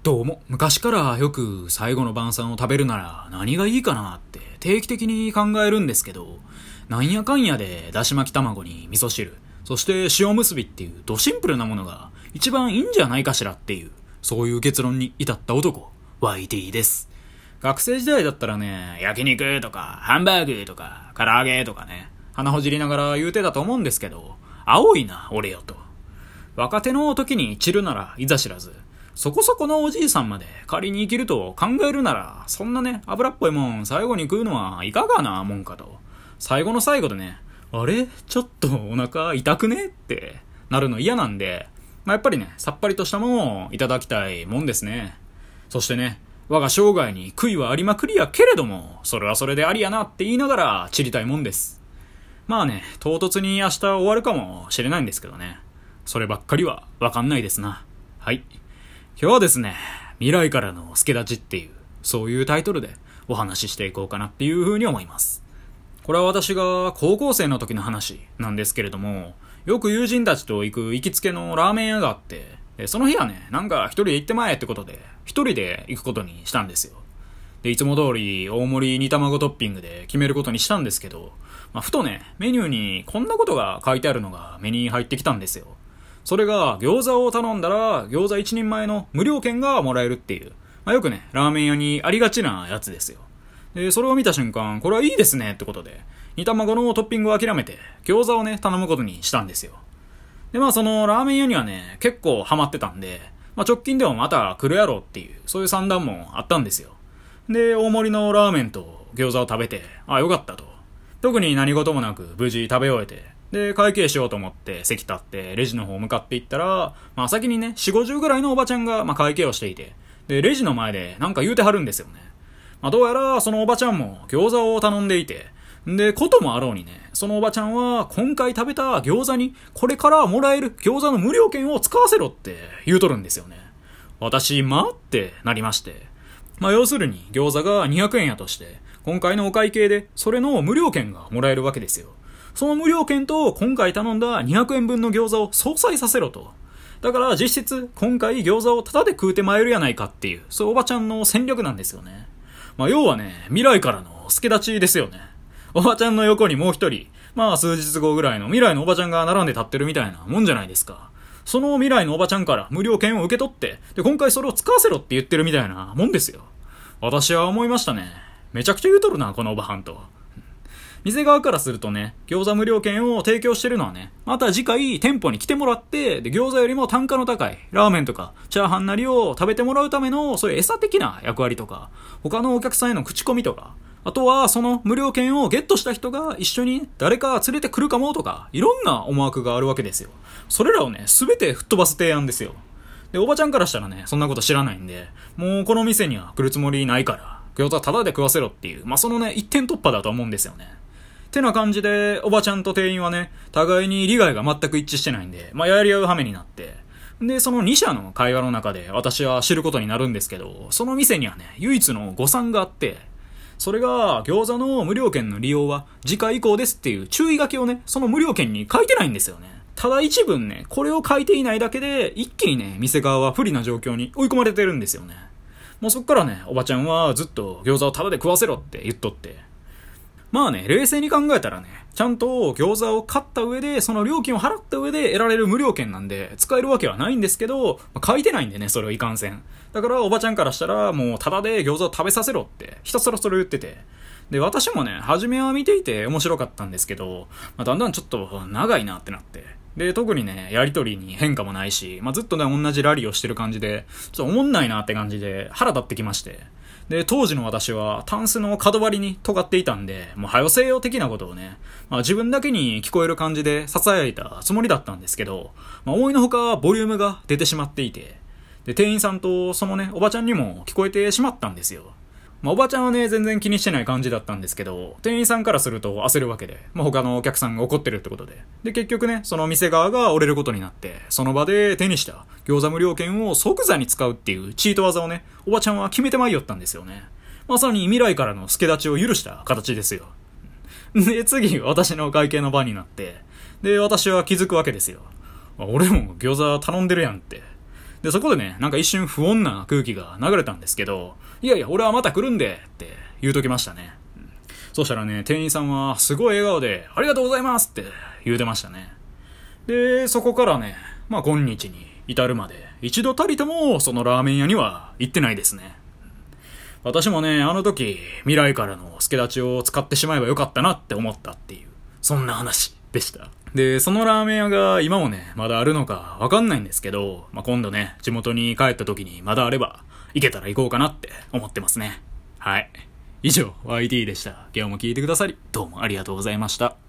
どうも、昔からよく最後の晩餐を食べるなら何がいいかなって定期的に考えるんですけど、なんやかんやでだし巻き卵に味噌汁、そして塩むすびっていうドシンプルなものが一番いいんじゃないかしらっていう、そういう結論に至った男、YT です。学生時代だったらね、焼肉とかハンバーグとか唐揚げとかね、鼻ほじりながら言うてたと思うんですけど、青いな俺よと。若手の時に散るならいざ知らず、そこそこのおじいさんまで仮に生きると考えるなら、そんなね、油っぽいもん最後に食うのはいかがなもんかと。最後の最後でね、あれちょっとお腹痛くねってなるの嫌なんで、やっぱりね、さっぱりとしたものをいただきたいもんですね。そしてね、我が生涯に悔いはありまくりやけれども、それはそれでありやなって言いながら散りたいもんです。まあね、唐突に明日終わるかもしれないんですけどね。そればっかりはわかんないですな。はい。今日はですね、未来からの助立ちっていう、そういうタイトルでお話ししていこうかなっていう風に思います。これは私が高校生の時の話なんですけれども、よく友人たちと行く行きつけのラーメン屋があって、その日はね、なんか一人で行ってまえってことで、一人で行くことにしたんですよ。で、いつも通り大盛り煮卵トッピングで決めることにしたんですけど、ふとね、メニューにこんなことが書いてあるのが目に入ってきたんですよ。それが餃子を頼んだら餃子一人前の無料券がもらえるっていう、よくね、ラーメン屋にありがちなやつですよ。で、それを見た瞬間、これはいいですねってことで、煮卵のトッピングを諦めて餃子をね、頼むことにしたんですよ。で、そのラーメン屋にはね、結構ハマってたんで、直近でもまた来るやろっていう、そういう算段もあったんですよ。で、大盛りのラーメンと餃子を食べて、よかったと。特に何事もなく無事食べ終えて、で、会計しようと思って席立ってレジの方向かっていったら、先にね、4、50ぐらいのおばちゃんが会計をしていて、で、レジの前でなんか言うてはるんですよね。どうやらそのおばちゃんも餃子を頼んでいて、で、こともあろうにね、そのおばちゃんは今回食べた餃子にこれからもらえる餃子の無料券を使わせろって言うとるんですよね。私、ってなりまして。要するに餃子が200円やとして、今回のお会計でそれの無料券がもらえるわけですよ。その無料券と今回頼んだ200円分の餃子を相殺させろと。だから実質今回餃子をタダで食うてまえるやないかっていう、そういうおばちゃんの戦略なんですよね。要はね、未来からの助立ちですよね。おばちゃんの横にもう一人、数日後ぐらいの未来のおばちゃんが並んで立ってるみたいなもんじゃないですか。その未来のおばちゃんから無料券を受け取って、で、今回それを使わせろって言ってるみたいなもんですよ。私は思いましたね。めちゃくちゃ言うとるな、このおばはんと。店側からするとね、餃子無料券を提供してるのはね、また次回店舗に来てもらって、で、餃子よりも単価の高いラーメンとかチャーハンなりを食べてもらうための、そういう餌的な役割とか、他のお客さんへの口コミとか、あとはその無料券をゲットした人が一緒に誰か連れてくるかもとか、いろんな思惑があるわけですよ。それらをね、すべて吹っ飛ばす提案ですよ。で、おばちゃんからしたらね、そんなこと知らないんで、もうこの店には来るつもりないから、餃子タダで食わせろっていう、そのね、一点突破だと思うんですよね。ってな感じで、おばちゃんと店員はね、互いに利害が全く一致してないんで、やり合う羽目になって、で、その2社の会話の中で私は知ることになるんですけど、その店にはね、唯一の誤算があって、それが餃子の無料券の利用は次回以降ですっていう注意書きをね、その無料券に書いてないんですよね。ただ一文ね、これを書いていないだけで、一気にね、店側は不利な状況に追い込まれてるんですよね。もうそっからね、おばちゃんはずっと餃子をタダで食わせろって言っとって、冷静に考えたらね、ちゃんと餃子を買った上で、その料金を払った上で得られる無料券なんで、使えるわけはないんですけど、書いてないんでね、それをいかんせん。だからおばちゃんからしたら、もうタダで餃子を食べさせろって、ひたすらそれを言ってて。で、私もね、初めは見ていて面白かったんですけど、だんだんちょっと長いなってなって。で、特にね、やりとりに変化もないし、ずっとね、同じラリーをしてる感じで、ちょっとおもんないなって感じで腹立ってきまして。で、当時の私はタンスの角張りに尖っていたんで、もう早よせよ的なことをね、自分だけに聞こえる感じで囁いたつもりだったんですけど、思いのほかボリュームが出てしまっていて、で、店員さんとそのね、おばちゃんにも聞こえてしまったんですよ。おばちゃんはね、全然気にしてない感じだったんですけど、店員さんからすると焦るわけで、他のお客さんが怒ってるってことで。で、結局ね、その店側が折れることになって、その場で手にした餃子無料券を即座に使うっていうチート技をね、おばちゃんは決めてまいよったんですよね。まさに未来からの助立ちを許した形ですよ。で、次、私の会計の場になって、で、私は気づくわけですよ。俺も餃子頼んでるやんって。 で、そこでね、なんか一瞬不穏な空気が流れたんですけど、いやいや、俺はまた来るんで、って言うときましたね。そしたらね、店員さんはすごい笑顔で、ありがとうございますって言うてましたね。で、そこからね、まあ今日に至るまで、一度たりともそのラーメン屋には行ってないですね。私もね、あの時、未来からの助立ちを使ってしまえばよかったなって思ったっていう、そんな話でした。で、そのラーメン屋が今もね、まだあるのかわかんないんですけど、まあ、今度ね、地元に帰った時にまだあれば、行けたら行こうかなって思ってますね。はい。以上、YT でした。今日も聞いてくださり、どうもありがとうございました。